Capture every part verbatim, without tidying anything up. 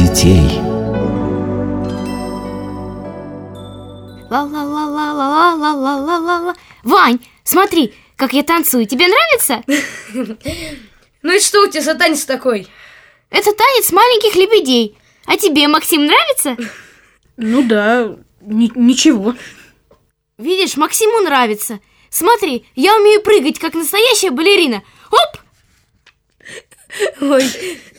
детей. Ла-ла-ла-ла-ла-ла-ла-ла-ла. Вань, смотри, как я танцую. Тебе нравится? Ну и что у тебя за танец такой? Это танец маленьких лебедей. А тебе, Максим, нравится? Ну да, ни- ничего. Видишь, Максиму нравится. Смотри, я умею прыгать, как настоящая балерина. Оп! Ой,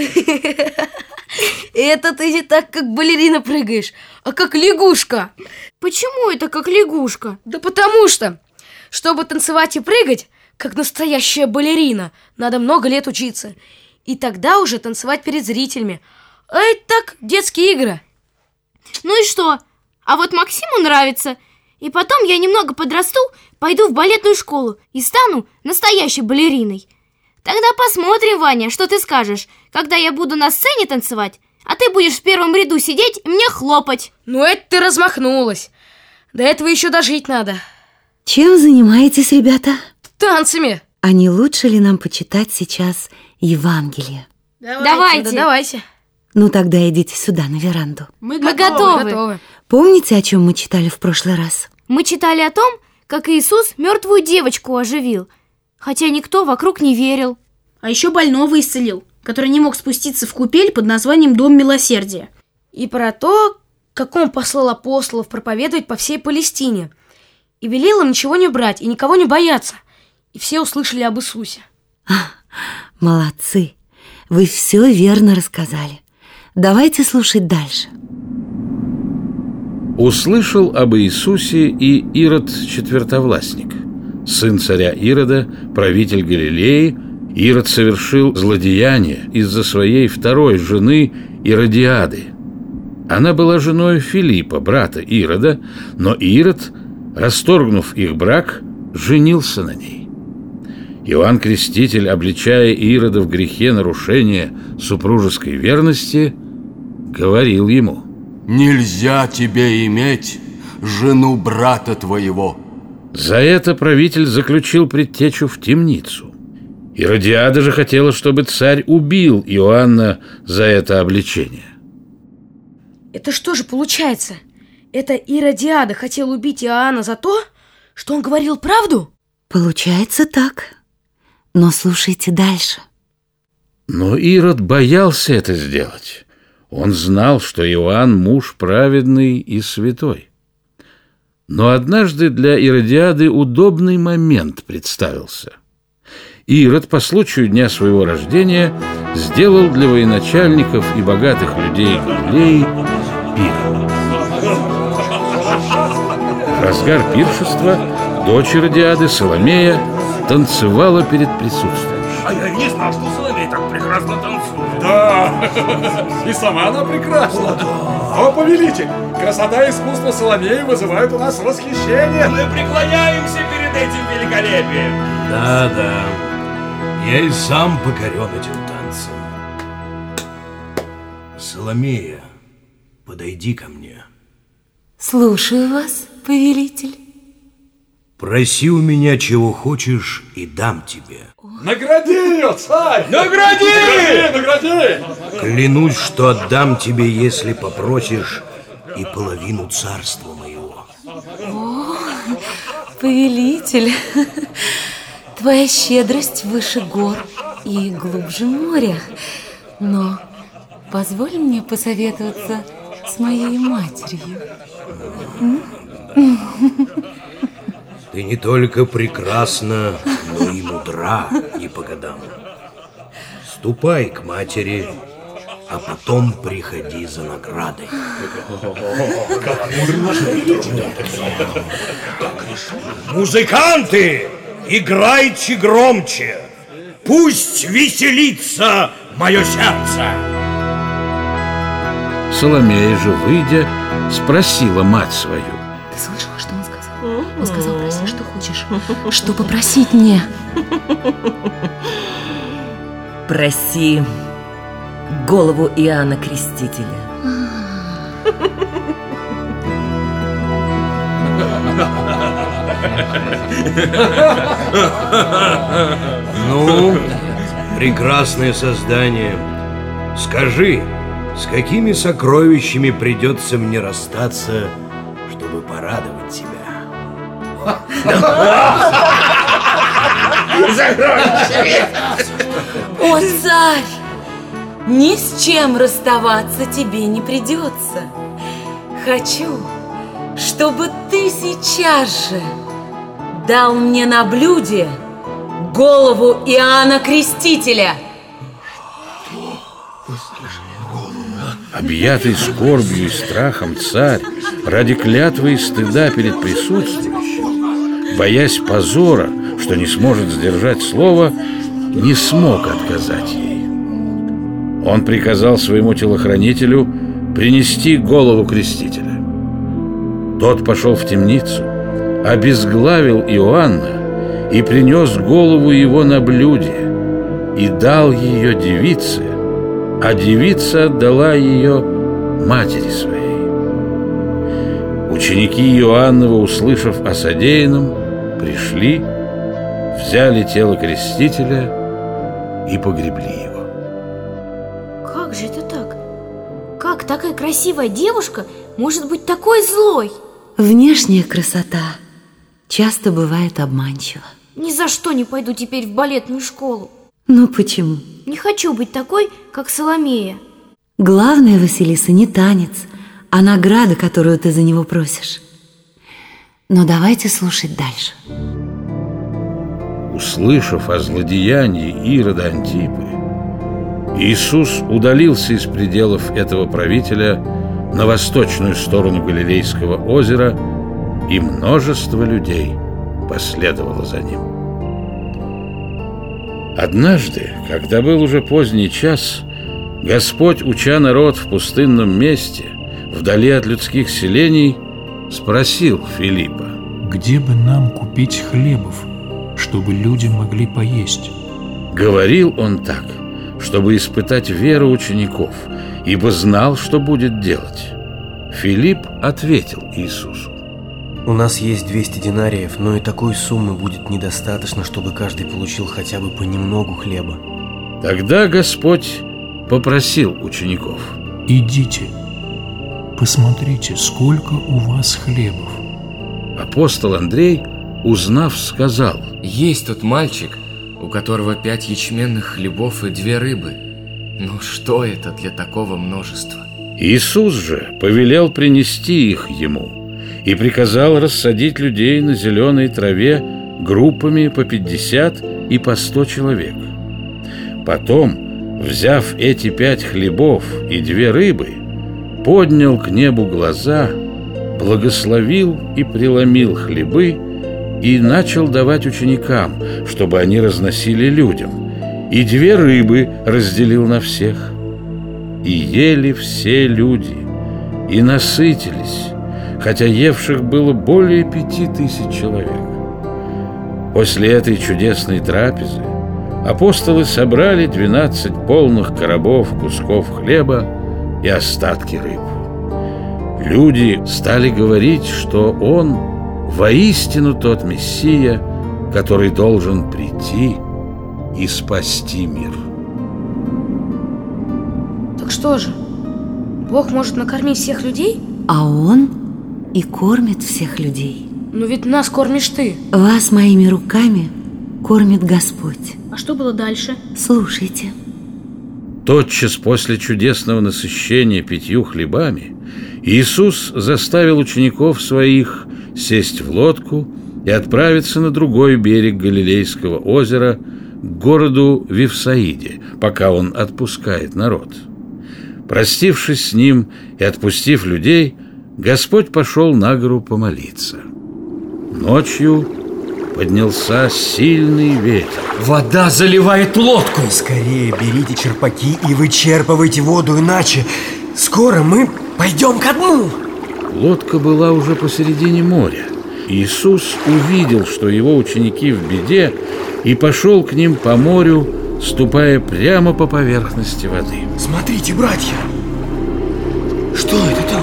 это ты не так, как балерина прыгаешь, а как лягушка. Почему это как лягушка? Да потому что, чтобы танцевать и прыгать, как настоящая балерина, надо много лет учиться. И тогда уже танцевать перед зрителями. А это так, детские игры. Ну и что? А вот Максиму нравится. И потом я немного подрасту, пойду в балетную школу и стану настоящей балериной. Тогда посмотрим, Ваня, что ты скажешь, когда я буду на сцене танцевать, а ты будешь в первом ряду сидеть и мне хлопать. Ну это ты размахнулась. До этого еще дожить надо. Чем занимаетесь, ребята? Танцами. А не лучше ли нам почитать сейчас Евангелие? Давайте. Да, давайте. Ну тогда идите сюда, на веранду. Мы, мы готовы. Готовы. Помните, о чем мы читали в прошлый раз? Мы читали о том, как Иисус мертвую девочку оживил, хотя никто вокруг не верил. А еще больного исцелил, который не мог спуститься в купель под названием Дом Милосердия. И про то, как он послал апостолов проповедовать по всей Палестине. И велел им ничего не брать и никого не бояться. И все услышали об Иисусе. Молодцы! Вы все верно рассказали. Давайте слушать дальше. Услышал об Иисусе и Ирод Четвертовластник, сын царя Ирода, правитель Галилеи. Ирод совершил злодеяние из-за своей второй жены Иродиады. Она была женой Филиппа, брата Ирода, но Ирод, расторгнув их брак, женился на ней. Иоанн Креститель, обличая Ирода в грехе нарушения супружеской верности, говорил ему: «Нельзя тебе иметь жену брата твоего». За это правитель заключил предтечу в темницу. Иродиада же хотела, чтобы царь убил Иоанна за это обличение. Это что же получается? Это Иродиада хотела убить Иоанна за то, что он говорил правду? Получается так. Но слушайте дальше. Но Ирод боялся это сделать. Он знал, что Иоанн муж праведный и святой. Но однажды для Иродиады удобный момент представился. Ирод по случаю дня своего рождения сделал для военачальников и богатых людей Галилеи пир. В разгар пиршества дочь Иродиады, Соломея, танцевала перед присутствующими. А я не знал, что Соломея так прекрасно танцует. Да, и сама она прекрасна. О, повелитель, красота и искусство Соломеи вызывают у нас восхищение. Мы преклоняемся перед этим великолепием. Да, да, я и сам покорен этим танцем. Соломея, подойди ко мне. Слушаю вас, повелитель. Проси у меня, чего хочешь, и дам тебе. Награди ее, царь! Награди! Награди! Награди! Клянусь, что отдам тебе, если попросишь, и половину царства моего. О, повелитель, твоя щедрость выше гор и глубже моря. Но позволь мне посоветоваться с моей матерью. Ты не только прекрасна, но и мудра не по годам. Ступай к матери, а потом приходи за наградой. Музыканты, играйте громче! Пусть веселится мое сердце! Соломея же, выйдя, спросила мать свою: Ты слышала, что он сказал? Он сказал, проси, что хочешь. Что попросить мне? Проси голову Иоанна Крестителя. Ну, прекрасное создание, скажи, С какими сокровищами придется мне расстаться, чтобы порадовать тебя? О, царь! Ни с чем расставаться тебе не придется. Хочу, чтобы ты сейчас же дал мне на блюде голову Иоанна Крестителя. Объятый скорбью и страхом царь, ради клятвы и стыда перед присутствующим, боясь позора, что не сможет сдержать слово, не смог отказать ей. Он приказал своему телохранителю принести голову крестителя. Тот пошел в темницу, обезглавил Иоанна и принес голову его на блюде и дал ее девице, а девица отдала ее матери своей. Ученики Иоаннова, услышав о содеянном, пришли, взяли тело крестителя и погребли его. Как же это так? Как такая красивая девушка может быть такой злой? Внешняя красота часто бывает обманчива. Ни за что не пойду теперь в балетную школу. Ну почему? Не хочу быть такой, как Соломея. Главное, Василиса, не танец, а награда, которую ты за него просишь. Но давайте слушать дальше. Услышав о злодеянии Ирода Антипы, Иисус удалился из пределов этого правителя на восточную сторону Галилейского озера, и множество людей последовало за ним. Однажды, когда был уже поздний час, Господь, уча народ в пустынном месте, вдали от людских селений, спросил Филиппа: «Где бы нам купить хлебов, чтобы люди могли поесть?» Говорил он так, чтобы испытать веру учеников, ибо знал, что будет делать. Филипп ответил Иисусу: «У нас есть двести динариев, но и такой суммы будет недостаточно, чтобы каждый получил хотя бы понемногу хлеба». Тогда Господь попросил учеников: «Идите, посмотрите, сколько у вас хлебов». Апостол Андрей, узнав, сказал: «Есть тут мальчик, у которого пять ячменных хлебов и две рыбы. Ну что это для такого множества?» Иисус же повелел принести их ему и приказал рассадить людей на зеленой траве группами по пятьдесят и по сто человек. Потом, взяв эти пять хлебов и две рыбы, поднял к небу глаза, благословил и преломил хлебы и начал давать ученикам, чтобы они разносили людям, и две рыбы разделил на всех. И ели все люди, и насытились, хотя евших было более пяти тысяч человек. После этой чудесной трапезы апостолы собрали двенадцать полных коробов кусков хлеба и остатки рыб. Люди стали говорить, что он воистину тот Мессия, который должен прийти и спасти мир. Так что же, Бог может накормить всех людей? А Он и кормит всех людей. Но ведь нас кормишь ты. Вас моими руками кормит Господь. А что было дальше? Слушайте. Тотчас после чудесного насыщения пятью хлебами Иисус заставил учеников своих сесть в лодку и отправиться на другой берег Галилейского озера, к городу Вифсаиде, пока он отпускает народ. Простившись с ним и отпустив людей, Господь пошел на гору помолиться. Ночью поднялся сильный ветер. Вода заливает лодку. Скорее берите черпаки и вычерпывайте воду, иначе скоро мы пойдем ко дну. Лодка была уже посередине моря. Иисус увидел, что его ученики в беде, и пошел к ним по морю, ступая прямо по поверхности воды. Смотрите, братья, что это там?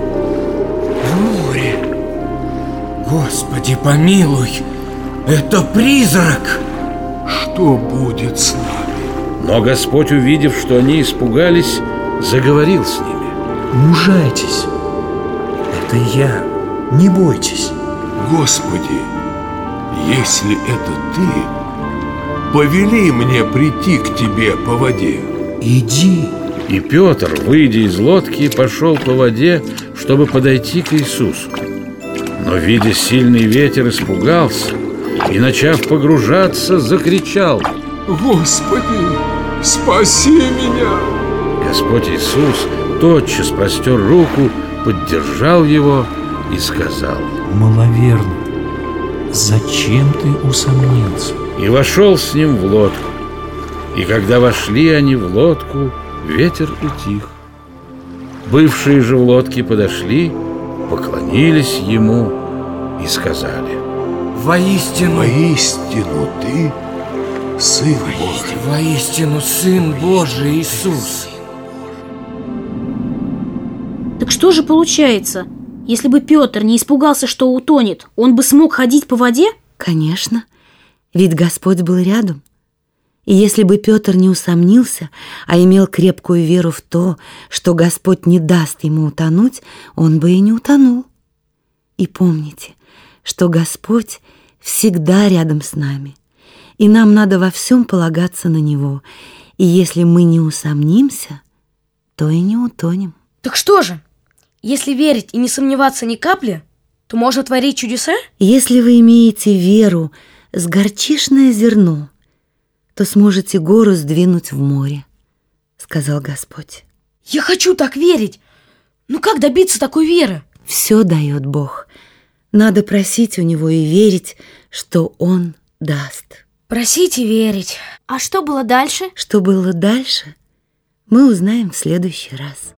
В море. Господи, помилуй, это призрак. Что будет с нами? Но Господь, увидев, что они испугались, заговорил с ними. Мужайтесь. Это я. Не бойтесь. Господи, если это ты, повели мне прийти к тебе по воде. Иди. И Петр, выйдя из лодки, пошел по воде, чтобы подойти к Иисусу. Но, видя сильный ветер, испугался и, начав погружаться, закричал: Господи, спаси меня! Господь Иисус тотчас простер руку, поддержал его и сказал: маловерный, зачем ты усомнился? И вошел с ним в лодку. И когда вошли они в лодку, ветер утих. Бывшие же в лодке подошли, поклонились ему и сказали: Воистину, воистину ты Сын Божий. Воистину Сын Божий Иисус. Так что же получается? Если бы Петр не испугался, что утонет, он бы смог ходить по воде? Конечно, ведь Господь был рядом. И если бы Петр не усомнился, а имел крепкую веру в то, что Господь не даст ему утонуть, он бы и не утонул. И помните, что Господь всегда рядом с нами, и нам надо во всем полагаться на Него. И если мы не усомнимся, то и не утонем. Так что же, если верить и не сомневаться ни капли, то можно творить чудеса? Если вы имеете веру с горчишное зерно, то сможете гору сдвинуть в море, сказал Господь. Я хочу так верить. Ну как добиться такой веры? Все дает Бог. Надо просить у Него и верить, что Он даст. Просить и верить. А что было дальше? Что было дальше, мы узнаем в следующий раз.